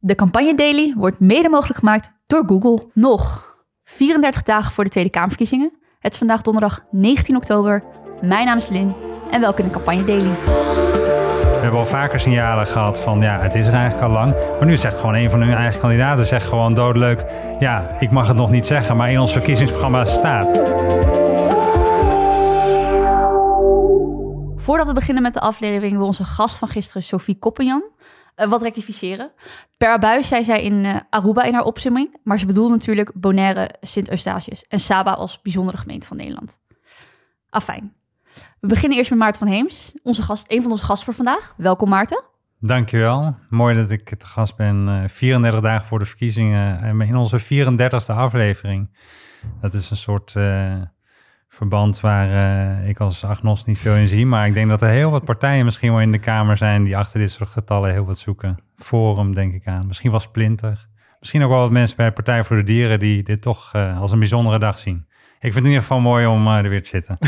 De Campagne Daily wordt mede mogelijk gemaakt door Google. Nog 34 dagen voor de Tweede Kamerverkiezingen. Het is vandaag donderdag 19 oktober. Mijn naam is Lynn en welkom in de Campagne Daily. We hebben al vaker signalen gehad van het is er eigenlijk al lang. Maar nu zegt gewoon een van hun eigen kandidaten zegt gewoon doodleuk. Ja, ik mag het nog niet zeggen, maar in ons verkiezingsprogramma staat. Voordat we beginnen met de aflevering wil onze gast van gisteren, Sophie Koppenjan, wat rectificeren. Per abuis zei zij in Aruba in haar opzomming, maar ze bedoelde natuurlijk Bonaire, Sint-Eustatius en Saba als bijzondere gemeente van Nederland. Afijn. We beginnen eerst met Maarten van Heems, een van onze gasten voor vandaag. Welkom Maarten. Dankjewel. Mooi dat ik te gast ben. 34 dagen voor de verkiezingen in onze 34e aflevering. Dat is een soort verband waar ik als agnost niet veel in zie. Maar ik denk dat er heel wat partijen misschien wel in de Kamer zijn die achter dit soort getallen heel wat zoeken. Forum denk ik aan. Misschien wel Splinter. Misschien ook wel wat mensen bij Partij voor de Dieren die dit toch als een bijzondere dag zien. Ik vind het in ieder geval mooi om er weer te zitten.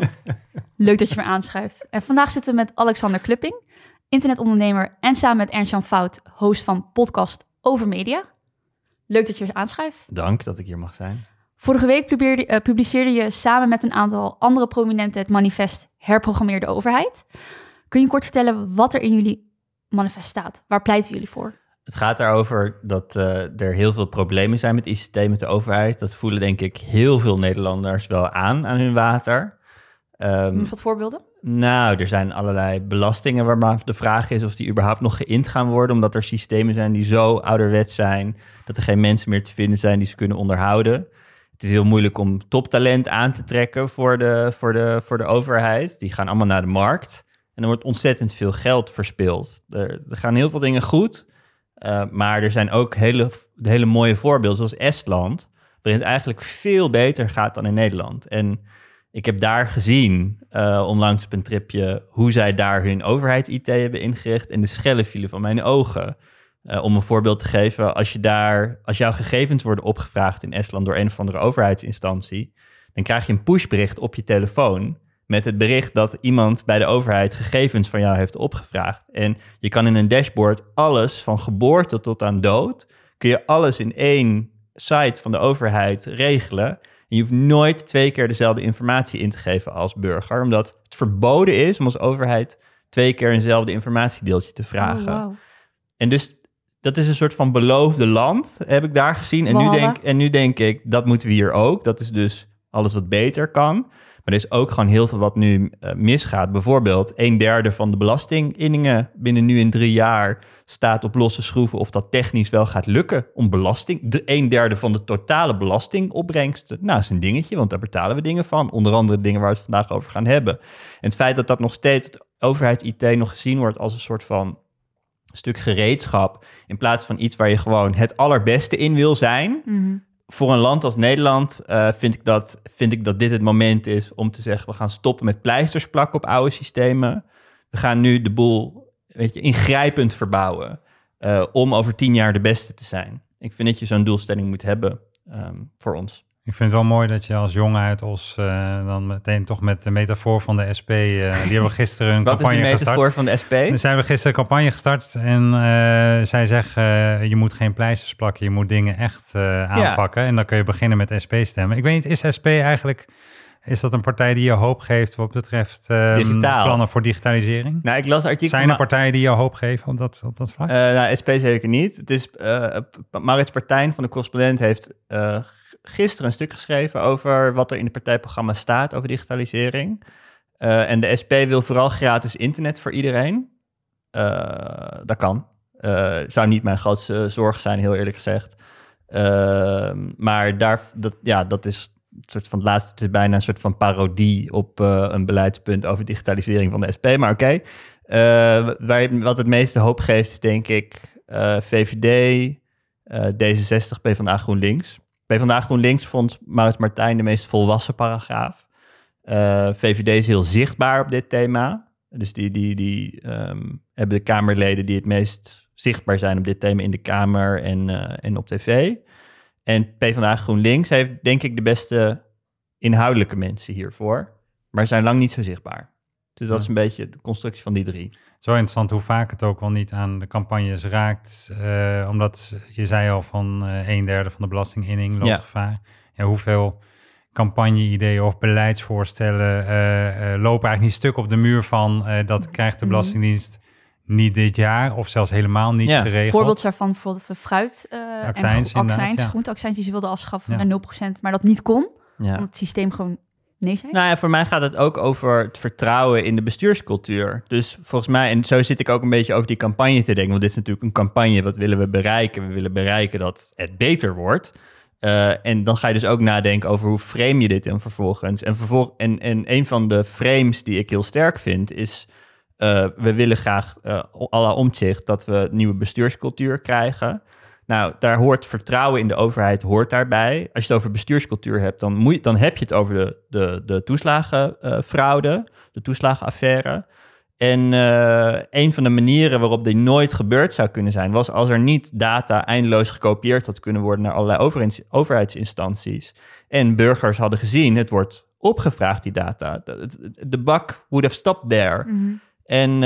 Leuk dat je weer aanschuift. En vandaag zitten we met Alexander Klupping, internetondernemer en samen met Ernst-Jan Fout, host van podcast Over Media. Leuk dat je weer aanschuift. Dank dat ik hier mag zijn. Vorige week publiceerde je samen met een aantal andere prominenten het manifest Herprogrammeerde Overheid. Kun je kort vertellen wat er in jullie manifest staat? Waar pleiten jullie voor? Het gaat erover dat er heel veel problemen zijn met ICT, met de overheid. Dat voelen denk ik heel veel Nederlanders wel aan hun water. Wat voorbeelden? Nou, er zijn allerlei belastingen waarvan de vraag is of die überhaupt nog geïnd gaan worden, omdat er systemen zijn die zo ouderwets zijn dat er geen mensen meer te vinden zijn die ze kunnen onderhouden. Het is heel moeilijk om toptalent aan te trekken voor de overheid. Die gaan allemaal naar de markt. En er wordt ontzettend veel geld verspild. Er gaan heel veel dingen goed. Maar er zijn ook hele mooie voorbeelden, zoals Estland, waarin het eigenlijk veel beter gaat dan in Nederland. En ik heb daar gezien, onlangs op een tripje, hoe zij daar hun overheids-IT hebben ingericht. En de schellen vielen van mijn ogen. Om een voorbeeld te geven, als jouw gegevens worden opgevraagd in Estland door een of andere overheidsinstantie, dan krijg je een pushbericht op je telefoon met het bericht dat iemand bij de overheid gegevens van jou heeft opgevraagd. En je kan in een dashboard alles, van geboorte tot aan dood, kun je alles in één site van de overheid regelen. En je hoeft nooit 2 keer dezelfde informatie in te geven als burger, omdat het verboden is om als overheid 2 keer eenzelfde informatiedeeltje te vragen. Oh, wow. En dus dat is een soort van beloofde land, heb ik daar gezien. En nu denk ik, dat moeten we hier ook. Dat is dus alles wat beter kan. Maar er is ook gewoon heel veel wat nu misgaat. Bijvoorbeeld 1/3 van de belastinginningen binnen nu in 3 jaar staat op losse schroeven of dat technisch wel gaat lukken om belasting. 1/3 van de totale belastingopbrengsten. Nou, dat is een dingetje, want daar betalen we dingen van. Onder andere dingen waar we het vandaag over gaan hebben. En het feit dat nog steeds het overheids-IT nog gezien wordt als een soort van stuk gereedschap, in plaats van iets waar je gewoon het allerbeste in wil zijn. Mm-hmm. Voor een land als Nederland vind ik dat dit het moment is om te zeggen, we gaan stoppen met pleisters plakken op oude systemen. We gaan nu de boel ingrijpend verbouwen om over 10 jaar de beste te zijn. Ik vind dat je zo'n doelstelling moet hebben voor ons. Ik vind het wel mooi dat je als jongen uit Os dan meteen toch met de metafoor van de SP... die hebben gisteren een campagne gestart. Wat is de metafoor van de SP? Dan zijn we gisteren een campagne gestart en zij zeggen... je moet geen pleisters plakken, je moet dingen echt aanpakken. Ja. En dan kun je beginnen met SP stemmen. Ik weet niet, is SP eigenlijk... Is dat een partij die je hoop geeft wat betreft plannen voor digitalisering? Nou, ik las een artikel. Zijn er partijen die je hoop geven op dat vlak? SP zeker niet. Het is Maurits Partijn van de Correspondent heeft gisteren een stuk geschreven over wat er in het partijprogramma staat over digitalisering. En de SP wil vooral gratis internet voor iedereen. Dat kan. Zou niet mijn grootste zorg zijn, heel eerlijk gezegd. Maar dat is een soort van het is bijna een soort van parodie op een beleidspunt over digitalisering van de SP. Maar oké. Wat het meeste hoop geeft is denk ik VVD, D66, PvdA, GroenLinks. PvdA, GroenLinks vond Maurits Martijn de meest volwassen paragraaf. VVD is heel zichtbaar op dit thema. Dus die hebben de Kamerleden die het meest zichtbaar zijn op dit thema in de Kamer en op tv. En PvdA GroenLinks heeft denk ik de beste inhoudelijke mensen hiervoor, maar zijn lang niet zo zichtbaar. Dus dat is een beetje de constructie van die 3. Zo interessant hoe vaak het ook wel niet aan de campagnes raakt. Omdat je zei al van 1/3 van de belastinginning loopt gevaar. Ja, hoeveel campagne-ideeën of beleidsvoorstellen lopen eigenlijk niet stuk op de muur van... dat krijgt de Belastingdienst niet dit jaar of zelfs helemaal niet geregeld. Voorbeeld daarvan bijvoorbeeld de fruit accijns, groenteaccijns die ze wilden afschaffen naar 0%, maar dat niet kon, omdat het systeem gewoon nee zei. Nou ja, voor mij gaat het ook over het vertrouwen in de bestuurscultuur. Dus volgens mij, en zo zit ik ook een beetje over die campagne te denken, want dit is natuurlijk een campagne, wat willen we bereiken? We willen bereiken dat het beter wordt. En dan ga je dus ook nadenken over hoe frame je dit dan vervolgens. En een van de frames die ik heel sterk vind is... we willen graag à la Omtzigt dat we nieuwe bestuurscultuur krijgen. Nou, daar hoort vertrouwen in de overheid hoort daarbij. Als je het over bestuurscultuur hebt, dan heb je het over de toeslagenfraude, de toeslagenaffaire. En een van de manieren waarop dit nooit gebeurd zou kunnen zijn, was als er niet data eindeloos gekopieerd had kunnen worden naar allerlei overheidsinstanties. En burgers hadden gezien, het wordt opgevraagd, die data. De buck would have stopped there. Mm-hmm. En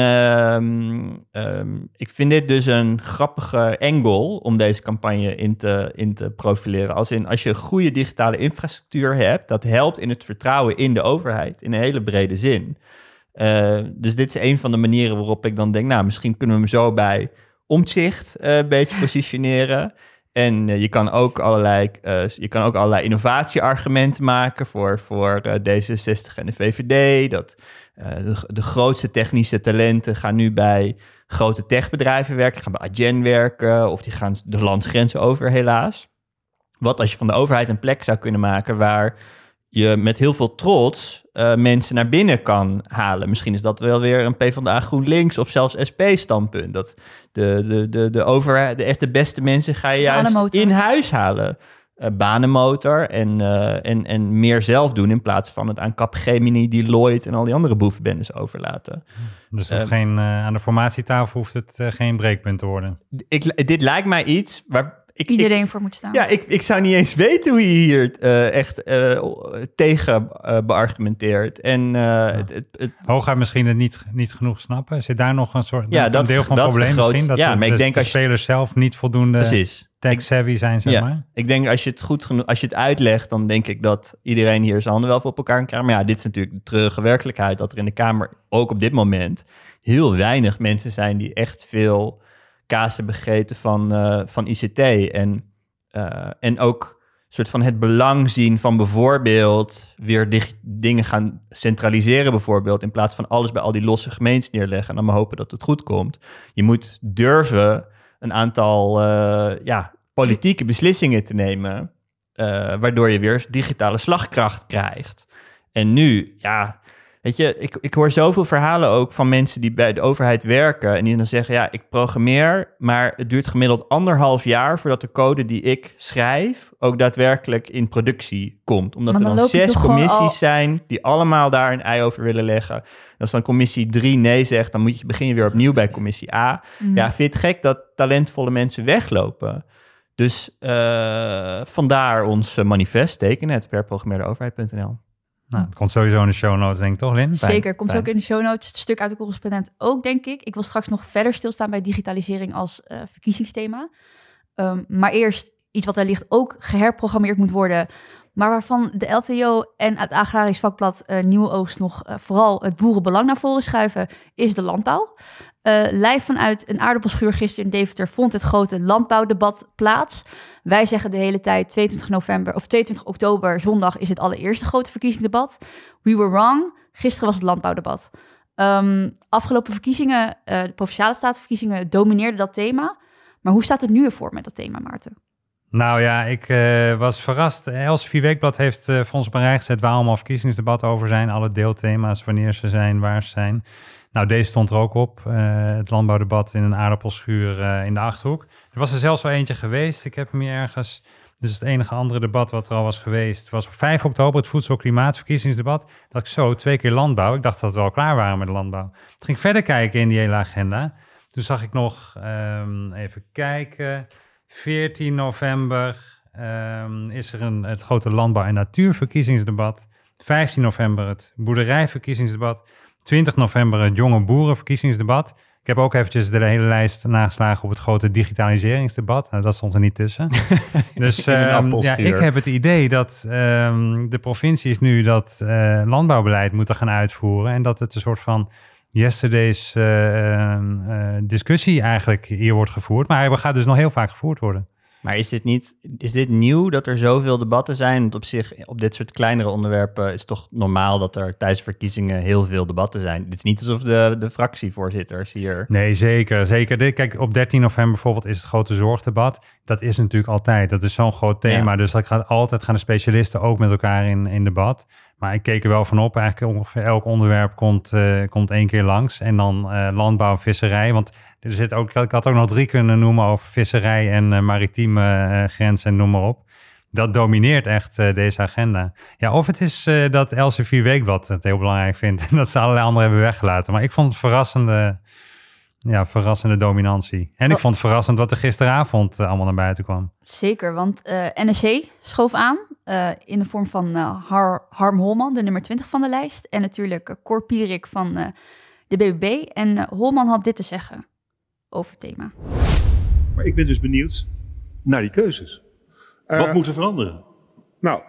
ik vind dit dus een grappige angle om deze campagne in te profileren. Als je een goede digitale infrastructuur hebt, dat helpt in het vertrouwen in de overheid in een hele brede zin. Dus dit is een van de manieren waarop ik dan denk, nou, misschien kunnen we hem zo bij Omtzigt een beetje positioneren. En je kan ook allerlei innovatieargumenten maken voor D66 en de VVD. Dat de grootste technische talenten gaan nu bij grote techbedrijven werken. Die gaan bij Adyen werken of die gaan de landsgrenzen over, helaas. Wat als je van de overheid een plek zou kunnen maken waar je met heel veel trots mensen naar binnen kan halen. Misschien is dat wel weer een PvdA GroenLinks of zelfs SP-standpunt. Dat de overheid, de beste mensen ga je juist in huis halen. Banenmotor en meer zelf doen in plaats van het aan Capgemini, Deloitte en al die andere boevenbendes overlaten. Dus aan de formatietafel hoeft het geen breekpunt te worden. Dit lijkt mij iets waar iedereen voor moet staan. Ja, ik zou niet eens weten hoe je hier echt tegen beargumenteert. En hooguit misschien het niet genoeg snappen. Zit daar nog een soort een deel van het probleem misschien? Maar ik denk de spelers zelf niet voldoende tech-savvy zijn, zeg maar. Ik denk als je het uitlegt, dan denk ik dat iedereen hier zijn handen wel voor elkaar kan krijgen. Maar ja, dit is natuurlijk de treurige werkelijkheid, dat er in de Kamer, ook op dit moment, heel weinig mensen zijn die echt veel kaas hebben gegeten van ICT. En ook soort van het belang zien van bijvoorbeeld weer dingen gaan centraliseren bijvoorbeeld, in plaats van alles bij al die losse gemeentes neerleggen en dan maar hopen dat het goed komt. Je moet durven een aantal politieke beslissingen te nemen, waardoor je weer digitale slagkracht krijgt. En nu, weet je, ik hoor zoveel verhalen ook van mensen die bij de overheid werken en die dan zeggen, ik programmeer, maar het duurt gemiddeld 1,5 jaar voordat de code die ik schrijf ook daadwerkelijk in productie komt. Omdat er dan 6 commissies zijn die allemaal daar een ei over willen leggen. En als dan commissie 3 nee zegt, dan begin je weer opnieuw bij commissie A. Mm. Ja, vind je het gek dat talentvolle mensen weglopen? Dus vandaar ons manifest, teken het per programmeerdeoverheid.nl. Nou, het komt sowieso in de show notes, denk ik, toch, Lin? Zeker, komt ook in de show notes. Het stuk uit de correspondent ook, denk ik. Ik wil straks nog verder stilstaan bij digitalisering als verkiezingsthema. Maar eerst iets wat wellicht ook geherprogrammeerd moet worden, maar waarvan de LTO en het Agrarisch Vakblad Nieuwe Oogst nog vooral het boerenbelang naar voren schuiven, is de landbouw. Live vanuit een aardappelschuur gisteren in Deventer vond het grote landbouwdebat plaats. Wij zeggen de hele tijd 22 oktober, zondag, is het allereerste grote verkiezingsdebat. We were wrong. Gisteren was het landbouwdebat. Afgelopen verkiezingen, de Provinciale Statenverkiezingen, domineerden dat thema. Maar hoe staat het nu ervoor met dat thema, Maarten? Nou ja, ik was verrast. Elsevier Weekblad heeft voor ons op een rij gezet waar allemaal verkiezingsdebatten over zijn. Alle deelthema's, wanneer ze zijn, waar ze zijn. Nou, deze stond er ook op. Het landbouwdebat in een aardappelschuur in de Achterhoek. Er was er zelfs wel eentje geweest. Ik heb hem hier ergens. Dus het enige andere debat wat er al was geweest was op 5 oktober het voedsel-klimaatverkiezingsdebat. Dat ik zo 2 keer landbouw. Ik dacht dat we al klaar waren met de landbouw. Toen ging ik verder kijken in die hele agenda. Toen zag ik nog, even kijken, 14 november is er het grote landbouw- en natuurverkiezingsdebat. 15 november het boerderijverkiezingsdebat. 20 november het Jonge Boerenverkiezingsdebat. Ik heb ook eventjes de hele lijst nageslagen op het grote digitaliseringsdebat. Nou, dat stond er niet tussen. Dus ik heb het idee dat de provincies nu dat landbouwbeleid moeten gaan uitvoeren. En dat het een soort van yesterday's discussie eigenlijk hier wordt gevoerd. Maar hij gaat dus nog heel vaak gevoerd worden. Maar is dit nieuw dat er zoveel debatten zijn? Want op zich, op dit soort kleinere onderwerpen is het toch normaal dat er tijdens verkiezingen heel veel debatten zijn. Het is niet alsof de fractievoorzitters hier... Nee, zeker. Kijk, op 13 november bijvoorbeeld is het grote zorgdebat. Dat is natuurlijk altijd. Dat is zo'n groot thema. Ja. Dus altijd gaan de specialisten ook met elkaar in debat. Maar ik keek er wel van op. Eigenlijk ongeveer elk onderwerp komt 1 keer langs. En dan landbouw en visserij. Want er zit ook, ik had ook nog 3 kunnen noemen over visserij en maritieme grenzen en noem maar op. Dat domineert echt deze agenda. Ja, of het is dat Elsevier Weekblad het heel belangrijk vindt. En dat ze allerlei anderen hebben weggelaten. Maar ik vond het verrassende dominantie. En ik vond het verrassend wat er gisteravond allemaal naar buiten kwam. Zeker, want NSC schoof aan in de vorm van Harm Holman, de nummer 20 van de lijst. En natuurlijk Cor Pierik van de BBB. En Holman had dit te zeggen over het thema. Maar ik ben dus benieuwd naar die keuzes. Wat moet er veranderen? Nou,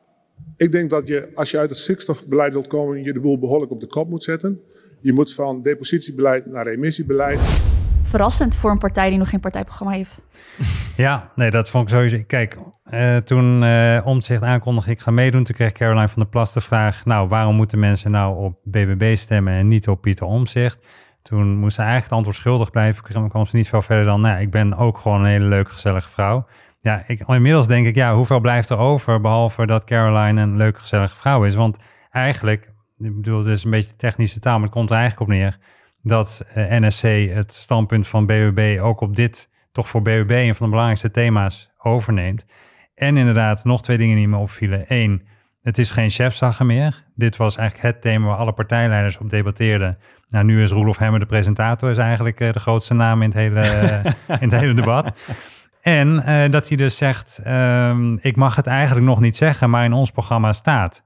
ik denk dat je, als je uit het stikstofbeleid wilt komen, je de boel behoorlijk op de kop moet zetten. Je moet van depositiebeleid naar emissiebeleid. Verrassend voor een partij die nog geen partijprogramma heeft. Ja, nee, dat vond ik sowieso... Kijk, toen Omtzigt aankondigde ik ga meedoen, toen kreeg Caroline van der Plas de vraag, nou, waarom moeten mensen nou op BBB stemmen en niet op Pieter Omtzigt? Toen moest ze eigenlijk het antwoord schuldig blijven. Kwam ze niet veel verder dan, nou, ik ben ook gewoon een hele leuke, gezellige vrouw. Ja, inmiddels denk ik, ja, hoeveel blijft er over, behalve dat Caroline een leuke, gezellige vrouw is? Want eigenlijk, ik bedoel, het is een beetje technische taal, maar het komt er eigenlijk op neer dat NSC het standpunt van BBB ook op dit, toch voor BBB, een van de belangrijkste thema's overneemt. En inderdaad, nog 2 dingen die me opvielen. 1, het is geen chefzagger meer. Dit was eigenlijk het thema waar alle partijleiders op debatteerden. Nou, nu is Roelof Hemmer de presentator, is eigenlijk de grootste naam in het hele debat. En dat hij dus zegt, ik mag het eigenlijk nog niet zeggen, maar in ons programma staat.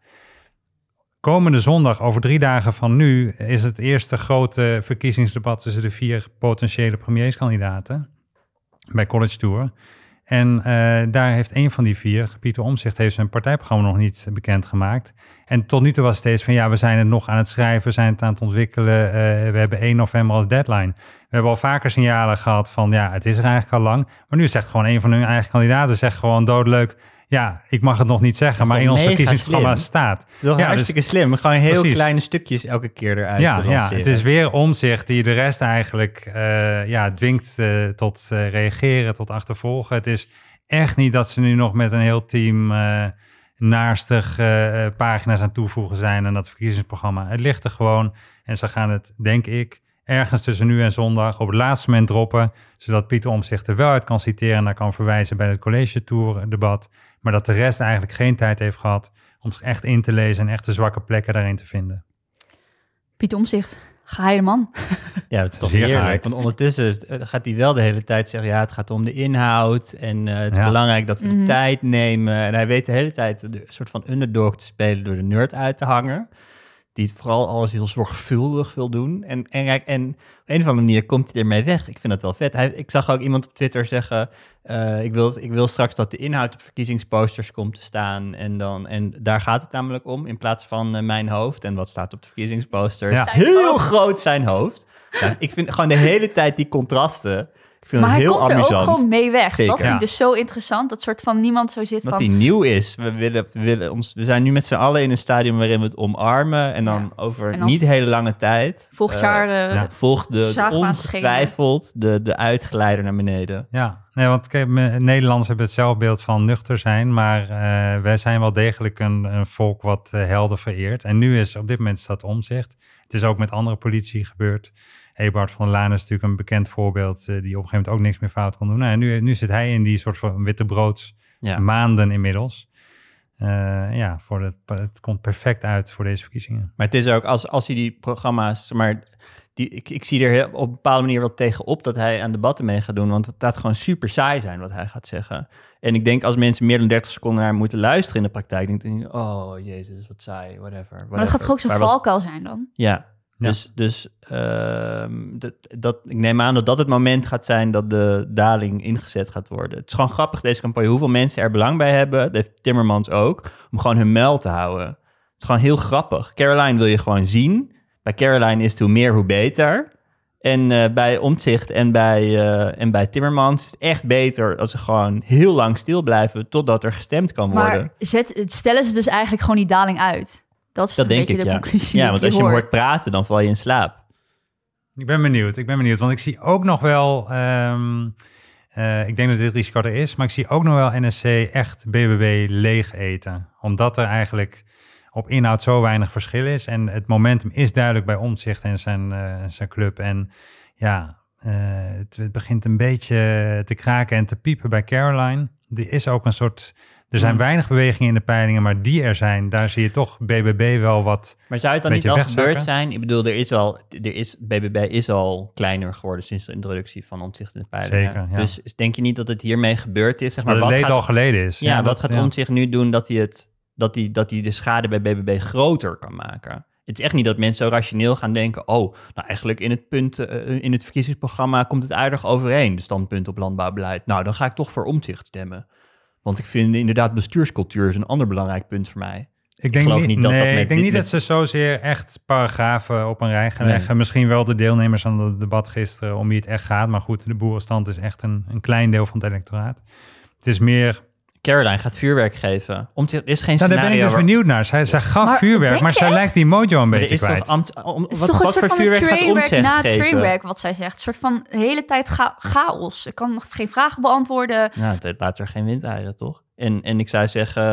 Komende zondag, over 3 dagen van nu, is het eerste grote verkiezingsdebat tussen de 4 potentiële premierskandidaten bij College Tour. En daar heeft 1 van die 4, Pieter Omtzigt, heeft zijn partijprogramma nog niet bekendgemaakt. En tot nu toe was het steeds van, ja, we zijn het nog aan het schrijven, we zijn het aan het ontwikkelen. We hebben 1 november als deadline. We hebben al vaker signalen gehad van, ja, het is er eigenlijk al lang. Maar nu zegt gewoon 1 van hun eigen kandidaten, zegt gewoon doodleuk, ja, ik mag het nog niet zeggen, maar in ons verkiezingsprogramma staat. Het is toch hartstikke slim. Gewoon heel precies. Kleine stukjes elke keer eruit te lanceren. Ja, het is weer Omtzigt die de rest eigenlijk dwingt tot reageren, tot achtervolgen. Het is echt niet dat ze nu nog met een heel team naarstig pagina's aan toevoegen zijn aan dat verkiezingsprogramma. Het ligt er gewoon en ze gaan het, denk ik, ergens tussen nu en zondag op het laatste moment droppen, zodat Pieter Omtzigt er wel uit kan citeren en naar kan verwijzen bij het College Tour debat, maar dat de rest eigenlijk geen tijd heeft gehad om zich echt in te lezen en echt de zwakke plekken daarin te vinden. Pieter Omtzigt, geheime man. Ja, het is toch Zeer heerlijk. geheid. Want ondertussen gaat hij wel de hele tijd zeggen, ja, het gaat om de inhoud en het is belangrijk dat we de tijd nemen. En hij weet de hele tijd een soort van underdog te spelen door de nerd uit te hangen, die het vooral alles heel zorgvuldig wil doen. En op een of andere manier komt hij ermee weg. Ik vind dat wel vet. Ik zag ook iemand op Twitter zeggen, ik wil straks dat de inhoud op verkiezingsposters komt te staan. En daar gaat het namelijk om, in plaats van mijn hoofd. En wat staat op de verkiezingsposters? Ja. Heel groot zijn hoofd. Ja, ik vind gewoon de hele tijd die contrasten, ik vind Maar het hij heel komt amusant. er ook gewoon mee weg. Zeker. Dat vind ik Ja. dus zo interessant. Dat soort van niemand zo zit Dat van... die nieuw is. We zijn nu met z'n allen in een stadium waarin we het omarmen. En dan over En dan niet hele lange tijd. Volgend jaar Volgt zaagbaar ongetwijfeld de uitgeleider naar beneden. Ja, nee, want kijk, Nederlanders hebben het zelfbeeld van nuchter zijn, maar wij zijn wel degelijk een volk wat helden vereert. En nu is op dit moment staat Omtzigt. Het is ook met andere politici gebeurd. Eberhard van der Laan is natuurlijk een bekend voorbeeld die op een gegeven moment ook niks meer fout kon doen. Nou, en nu zit hij in die soort van wittebroods maanden inmiddels. Het komt perfect uit voor deze verkiezingen. Maar het is ook, als hij die programma's... Ik zie er op een bepaalde manier wel tegenop dat hij aan debatten mee gaat doen. Want het gaat gewoon super saai zijn wat hij gaat zeggen. En ik denk als mensen meer dan 30 seconden naar hem moeten luisteren in de praktijk, denk ik, oh jezus, wat saai, whatever. Maar dat gaat toch ook zo'n valkuil zijn dan? Ja. Ja. Dus ik neem aan dat het moment gaat zijn dat de daling ingezet gaat worden. Het is gewoon grappig, deze campagne, hoeveel mensen er belang bij hebben, dat heeft Timmermans ook, om gewoon hun muil te houden. Het is gewoon heel grappig. Caroline wil je gewoon zien. Bij Caroline is het hoe meer, hoe beter. En bij Omtzigt en bij Timmermans is het echt beter als ze gewoon heel lang stil blijven totdat er gestemd kan worden. Maar stellen ze dus eigenlijk gewoon die daling uit? Dat is een beetje de conclusie. Ja, want als je hem hoort praten, dan val je in slaap. Ik ben benieuwd, want ik zie ook nog wel, ik denk dat dit risico er is, maar ik zie ook nog wel NSC echt BBB leeg eten. Omdat er eigenlijk op inhoud zo weinig verschil is. En het momentum is duidelijk bij Omtzigt en zijn club. En ja, het begint een beetje te kraken en te piepen bij Caroline. Die is ook een soort... Er zijn weinig bewegingen in de peilingen, maar die er zijn, daar zie je toch BBB wel wat. Maar zou het dan niet al gebeurd zijn? Ik bedoel, BBB is al kleiner geworden sinds de introductie van Omtzigt in de peilingen. Zeker, ja. Dus denk je niet dat het hiermee gebeurd is? Zeg maar, dat het leed al geleden is. Ja, wat gaat Omtzigt nu doen dat hij de schade bij BBB groter kan maken? Het is echt niet dat mensen zo rationeel gaan denken, nou eigenlijk in het verkiezingsprogramma komt het aardig overeen, de standpunt op landbouwbeleid. Nou, dan ga ik toch voor Omtzigt stemmen. Want ik vind inderdaad bestuurscultuur is een ander belangrijk punt voor mij. Ik denk niet dat ze zozeer echt paragrafen op een rij gaan leggen. Misschien wel de deelnemers aan het debat gisteren om wie het echt gaat. Maar goed, de boerenstand is echt een klein deel van het electoraat. Het is meer... Caroline gaat vuurwerk geven. Omtzigt is geen scenario. Daar ben ik dus benieuwd naar. Zij gaf vuurwerk, maar zij lijkt die mojo een beetje kwijt. Wat voor vuurwerk gaat Omtzigt na trainwreck, wat zij zegt. Een soort van de hele tijd chaos. Ik kan nog geen vragen beantwoorden. Ja, het laat er geen windeieren, toch? En ik zou zeggen,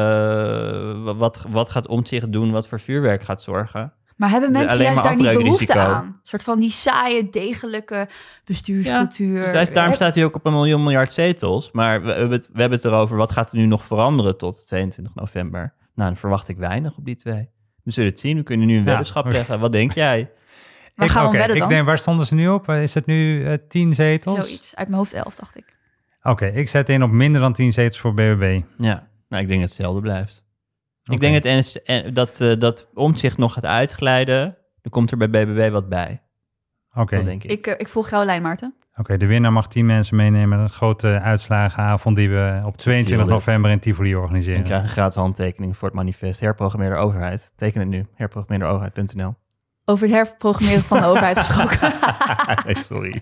wat gaat Omtzigt doen wat voor vuurwerk gaat zorgen? Maar hebben mensen juist daar niet behoefte aan? Een soort van die saaie, degelijke bestuurscultuur. Ja, daarom staat hij ook op 1 miljard zetels. Maar we hebben het erover, wat gaat er nu nog veranderen tot 22 november? Nou, dan verwacht ik weinig op die 2. We zullen het zien, we kunnen nu een weddenschap leggen. Wat denk jij? Waar gaan we wedden dan? Ik denk, waar stonden ze nu op? Is het nu 10 zetels? Zoiets, uit mijn hoofd 11, dacht ik. Oké, ik zet in op minder dan 10 zetels voor BBB. Ja, nou, ik denk dat hetzelfde blijft. Okay. Ik denk dat Omtzigt nog gaat uitglijden. Dan komt er bij BBB wat bij. Oké. Denk ik. Ik volg jouw lijn, Maarten. Oké, de winnaar mag 10 mensen meenemen. Een grote uitslagenavond die we op 22 november in Tivoli organiseren. Ik krijg een gratis handtekening voor het manifest. Herprogrammeerde overheid. Teken het nu. Herprogrammeerdeoverheid.nl. Over het herprogrammeren van de overheid gesproken. Nee, sorry.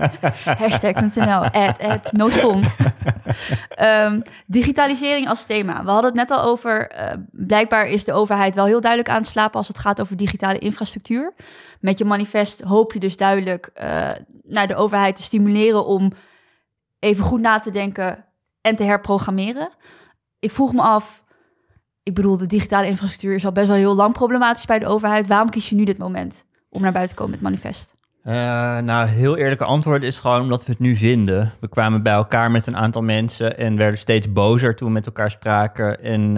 #.nl, no spon. Digitalisering als thema. We hadden het net al over, blijkbaar is de overheid wel heel duidelijk aan het slapen als het gaat over digitale infrastructuur. Met je manifest hoop je dus duidelijk naar de overheid te stimuleren om even goed na te denken en te herprogrammeren. Ik vroeg me af, ik bedoel, de digitale infrastructuur is al best wel heel lang problematisch bij de overheid. Waarom kies je nu dit moment om naar buiten te komen met het manifest? Nou, heel eerlijke antwoord is gewoon omdat we het nu vinden. We kwamen bij elkaar met een aantal mensen en werden steeds bozer toen we met elkaar spraken. En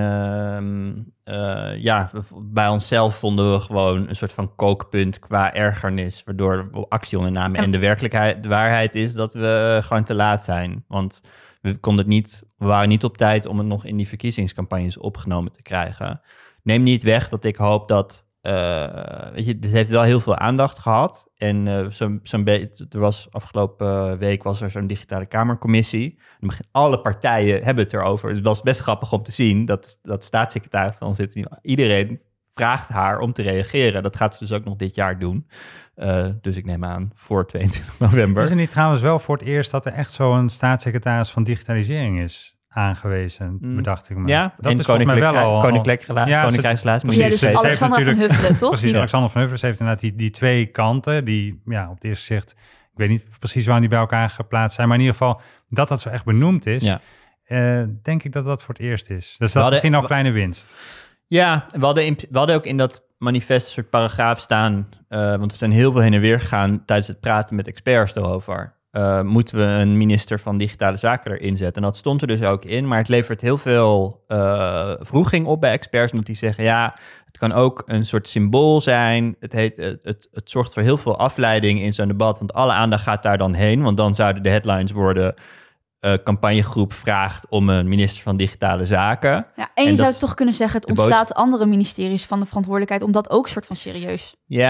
bij onszelf vonden we gewoon een soort van kookpunt qua ergernis, waardoor we actie ondernamen. En de waarheid is dat we gewoon te laat zijn. Want we waren niet op tijd om het nog in die verkiezingscampagnes opgenomen te krijgen. Neem niet weg dat ik hoop dat... dit heeft wel heel veel aandacht gehad. En afgelopen week was er zo'n digitale kamercommissie. Alle partijen hebben het erover. Het was best grappig om te zien dat staatssecretaris dan zit. Iedereen vraagt haar om te reageren. Dat gaat ze dus ook nog dit jaar doen. Dus ik neem aan voor 22 november. Is het niet trouwens wel voor het eerst dat er echt zo'n staatssecretaris van digitalisering is aangewezen, bedacht ik me. Ja, dat en is volgens mij wel al... Koninkrijksrelaties. Ja, dus Alexander van Huffelen, toch? Precies, Alexander van Huffelen heeft inderdaad die twee kanten, die op het eerste zicht, ik weet niet precies waar die bij elkaar geplaatst zijn, maar in ieder geval dat zo echt benoemd is, denk ik dat dat voor het eerst is. Dus dat is misschien al een kleine winst. Ja, we hadden ook in dat manifest een soort paragraaf staan, want we zijn heel veel heen en weer gegaan tijdens het praten met experts erover. Moeten we een minister van Digitale Zaken erin zetten? En dat stond er dus ook in, maar het levert heel veel wroeging op bij experts, omdat die zeggen, het kan ook een soort symbool zijn. Het zorgt voor heel veel afleiding in zo'n debat, want alle aandacht gaat daar dan heen, want dan zouden de headlines worden... campagnegroep vraagt om een minister van Digitale Zaken. Ja, en je zou toch kunnen zeggen, het ontslaat andere ministeries van de verantwoordelijkheid om dat ook soort van serieus. Ja,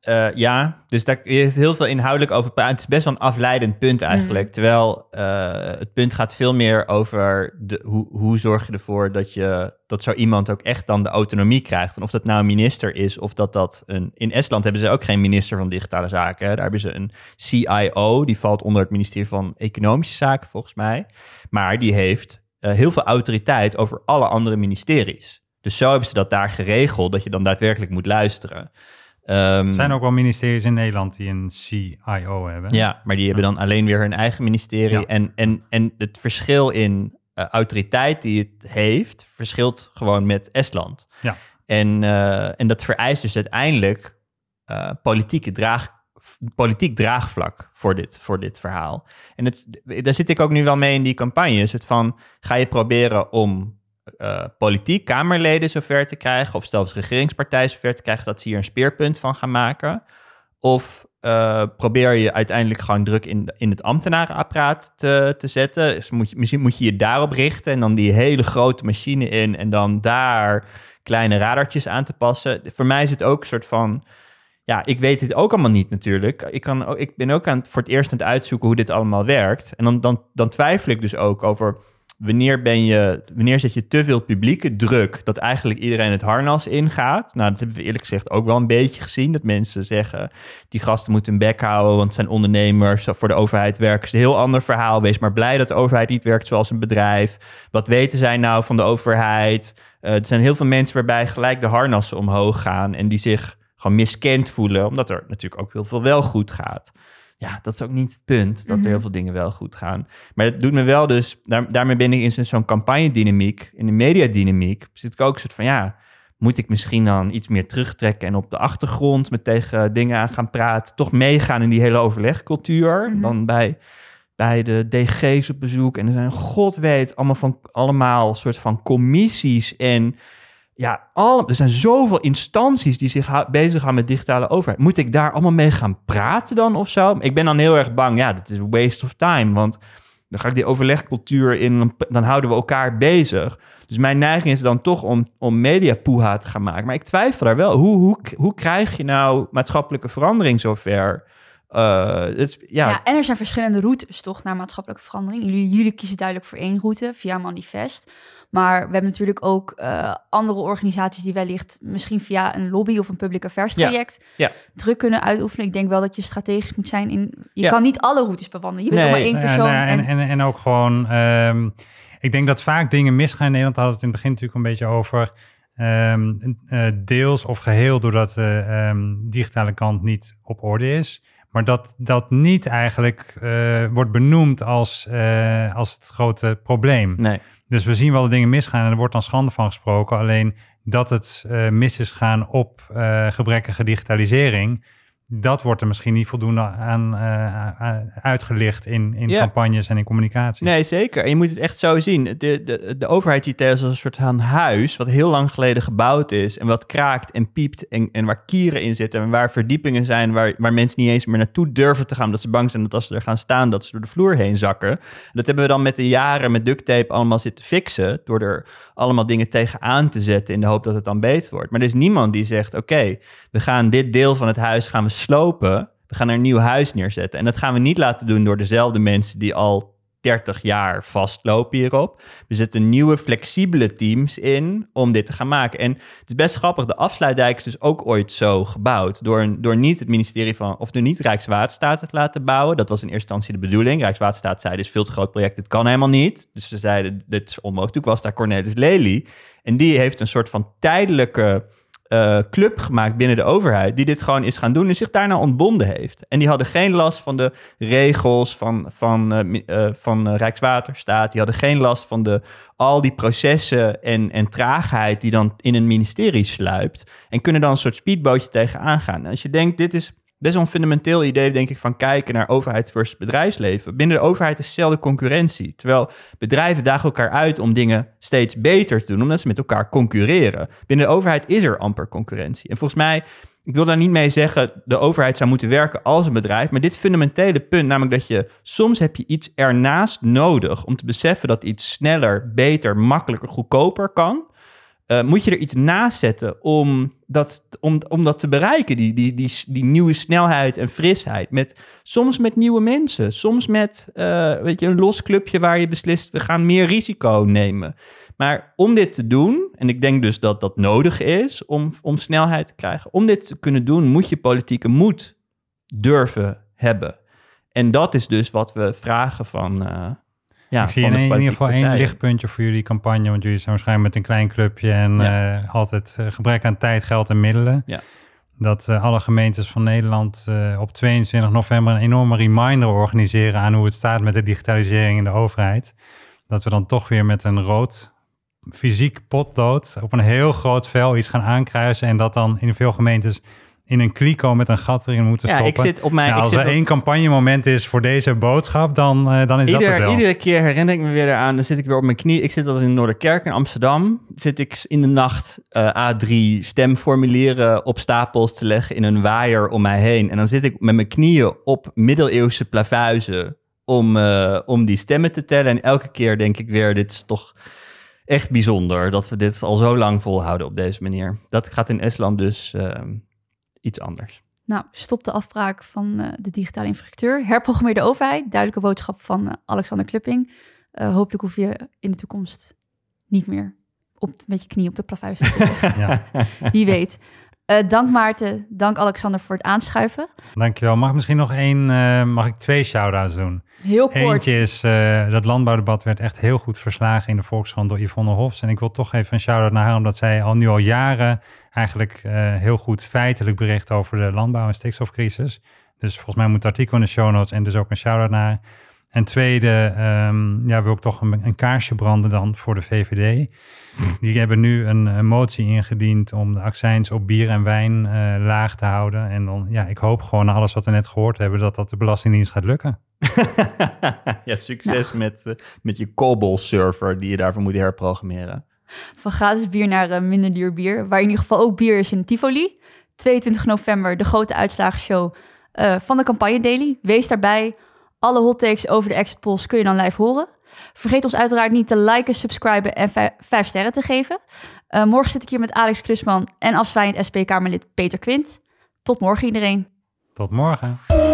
Dus daar je heeft heel veel inhoudelijk over praten. Het is best wel een afleidend punt eigenlijk. Terwijl het punt gaat veel meer over hoe zorg je ervoor dat zo iemand ook echt dan de autonomie krijgt. En of dat nou een minister is of dat in Estland hebben ze ook geen minister van digitale zaken. Hè. Daar hebben ze een CIO, die valt onder het ministerie van Economische Zaken volgens mij. Maar die heeft heel veel autoriteit over alle andere ministeries. Dus zo hebben ze dat daar geregeld, dat je dan daadwerkelijk moet luisteren. Er zijn ook wel ministeries in Nederland die een CIO hebben. Ja, maar die hebben dan alleen weer hun eigen ministerie. Ja. En het verschil in autoriteit die het heeft, verschilt gewoon met Estland. Ja. En dat vereist dus uiteindelijk politiek draagvlak voor dit verhaal. En daar zit ik ook nu wel mee in die campagnes. Het van, ga je proberen om politiek Kamerleden zover te krijgen, of zelfs regeringspartijen zover te krijgen, dat ze hier een speerpunt van gaan maken? Of probeer je uiteindelijk gewoon druk in het ambtenarenapparaat te zetten? Dus misschien moet je je daarop richten en dan die hele grote machine in en dan daar kleine radartjes aan te passen. Voor mij is het ook een soort van, ja, ik weet dit ook allemaal niet natuurlijk. Ik ben ook voor het eerst aan het uitzoeken hoe dit allemaal werkt. En dan twijfel ik dus ook over wanneer zet je te veel publieke druk dat eigenlijk iedereen het harnas ingaat. Nou, dat hebben we eerlijk gezegd ook wel een beetje gezien. Dat mensen zeggen, die gasten moeten hun bek houden, want het zijn ondernemers. Voor de overheid werken ze een heel ander verhaal. Wees maar blij dat de overheid niet werkt zoals een bedrijf. Wat weten zij nou van de overheid? Er zijn heel veel mensen waarbij gelijk de harnassen omhoog gaan en die zich gewoon miskend voelen, omdat er natuurlijk ook heel veel wel goed gaat. Ja, dat is ook niet het punt, dat er heel veel dingen wel goed gaan. Maar het doet me wel dus, daarmee ben ik in zo'n campagnedynamiek, in de mediadynamiek, zit ik ook een soort van, ja, moet ik misschien dan iets meer terugtrekken en op de achtergrond met tegen dingen aan gaan praten, toch meegaan in die hele overlegcultuur, dan bij de DG's op bezoek. En er zijn, god weet, allemaal soort van commissies en ja, er zijn zoveel instanties die zich bezighouden met digitale overheid. Moet ik daar allemaal mee gaan praten dan of zo? Ik ben dan heel erg bang, ja, dat is een waste of time. Want dan ga ik die overlegcultuur in, dan houden we elkaar bezig. Dus mijn neiging is dan toch om mediapoeha te gaan maken. Maar ik twijfel daar wel. Hoe krijg je nou maatschappelijke verandering zover? Ja, en er zijn verschillende routes toch naar maatschappelijke verandering. Jullie kiezen duidelijk voor één route via Manifest. Maar we hebben natuurlijk ook andere organisaties die wellicht misschien via een lobby of een public affairs traject druk kunnen uitoefenen. Ik denk wel dat je strategisch moet zijn. Je kan niet alle routes bewandelen. Je bent maar één persoon. En ook gewoon, ik denk dat vaak dingen misgaan in Nederland. Hadden we het in het begin natuurlijk een beetje over. Deels of geheel doordat de digitale kant niet op orde is. Maar dat niet eigenlijk wordt benoemd als het grote probleem. Nee. Dus we zien wel dat dingen misgaan en er wordt dan schande van gesproken. Alleen dat het mis is gaan op gebrekkige digitalisering, dat wordt er misschien niet voldoende aan uitgelicht in campagnes en in communicatie. Nee, zeker. En je moet het echt zo zien. De overheid ziet het als een soort van huis wat heel lang geleden gebouwd is en wat kraakt en piept en waar kieren in zitten en waar verdiepingen zijn waar mensen niet eens meer naartoe durven te gaan omdat ze bang zijn dat als ze er gaan staan dat ze door de vloer heen zakken. Dat hebben we dan met de jaren met duct tape allemaal zitten fixen door er allemaal dingen tegenaan te zetten in de hoop dat het dan beter wordt. Maar er is niemand die zegt, oké, we gaan dit deel van het huis gaan we slopen. We gaan er een nieuw huis neerzetten. En dat gaan we niet laten doen door dezelfde mensen die al 30 jaar vastlopen hierop. We zetten nieuwe, flexibele teams in om dit te gaan maken. En het is best grappig, de afsluitdijk is dus ook ooit zo gebouwd door niet het ministerie van, of door niet Rijkswaterstaat het laten bouwen. Dat was in eerste instantie de bedoeling. Rijkswaterstaat zei, dit is veel te groot project, dit kan helemaal niet. Dus ze zeiden, dit is onmogelijk. Toen was daar Cornelis Lely. En die heeft een soort van tijdelijke club gemaakt binnen de overheid die dit gewoon is gaan doen en zich daarna ontbonden heeft. En die hadden geen last van de regels van Rijkswaterstaat. Die hadden geen last van al die processen en traagheid die dan in een ministerie sluipt en kunnen dan een soort speedbootje tegenaan gaan. En als je denkt, dit is best wel een fundamenteel idee, denk ik, van kijken naar overheid versus bedrijfsleven. Binnen de overheid is dezelfde concurrentie. Terwijl bedrijven dagen elkaar uit om dingen steeds beter te doen, omdat ze met elkaar concurreren. Binnen de overheid is er amper concurrentie. En volgens mij, ik wil daar niet mee zeggen, de overheid zou moeten werken als een bedrijf, maar dit fundamentele punt, namelijk dat je soms heb je iets ernaast nodig om te beseffen dat iets sneller, beter, makkelijker, goedkoper kan. moet je er iets naast zetten om dat te bereiken. Die nieuwe snelheid en frisheid. Soms met nieuwe mensen. Soms met een los clubje waar je beslist, we gaan meer risico nemen. Maar om dit te doen, en ik denk dus dat dat nodig is om snelheid te krijgen. Om dit te kunnen doen, moet je politieke moed durven hebben. En dat is dus wat we vragen van... ik zie in ieder geval één lichtpuntje voor jullie campagne, want jullie zijn waarschijnlijk met een klein clubje en altijd gebrek aan tijd, geld en middelen. Ja. Dat alle gemeentes van Nederland op 22 november een enorme reminder organiseren aan hoe het staat met de digitalisering in de overheid. Dat we dan toch weer met een rood fysiek potlood op een heel groot vel iets gaan aankruisen en dat dan in veel gemeentes in een kliko met een gat erin moeten stoppen. Ik zit op mijn... als er één campagnemoment is voor deze boodschap, dan is dat het wel. Iedere keer herinner ik me weer eraan, dan zit ik weer op mijn knie. Ik zit altijd in Noorderkerk in Amsterdam. Zit ik in de nacht A3 stemformulieren op stapels te leggen in een waaier om mij heen. En dan zit ik met mijn knieën op middeleeuwse plavuizen om die stemmen te tellen. En elke keer denk ik weer, dit is toch echt bijzonder dat we dit al zo lang volhouden op deze manier. Dat gaat in Estland dus... iets anders. Nou, stop de afbraak van de digitale infrastructuur. Herprogrammeer de overheid. Duidelijke boodschap van Alexander Klupping. Hopelijk hoef je in de toekomst niet meer met je knie op de plavuis te zitten. Ja. Wie weet. Dank Maarten, dank Alexander voor het aanschuiven. Dankjewel. Mag ik 2 shout-outs doen? Heel kort. Eentje is, dat landbouwdebat werd echt heel goed verslagen in de Volkskrant door Yvonne Hofs. En ik wil toch even een shout-out naar haar, omdat zij nu al jaren eigenlijk heel goed feitelijk bericht over de landbouw- en stikstofcrisis. Dus volgens mij moet het artikel in de show notes en dus ook een shout-out naar haar. En tweede, wil ik toch een kaarsje branden dan voor de VVD. Die hebben nu een motie ingediend om de accijns op bier en wijn laag te houden. En dan, ik hoop gewoon na alles wat we net gehoord hebben, dat de Belastingdienst gaat lukken. Ja, succes met je COBOL-server die je daarvoor moet herprogrammeren. Van gratis bier naar minder duur bier, waar in ieder geval ook bier is in Tivoli. 22 november, de grote uitslagenshow van de Campagne Daily. Wees daarbij. Alle hot takes over de exit polls kun je dan live horen. Vergeet ons uiteraard niet te liken, subscriben en 5 sterren te geven. Morgen zit ik hier met Alex Klusman en afzwaaiend SP-Kamerlid Peter Quint. Tot morgen iedereen. Tot morgen.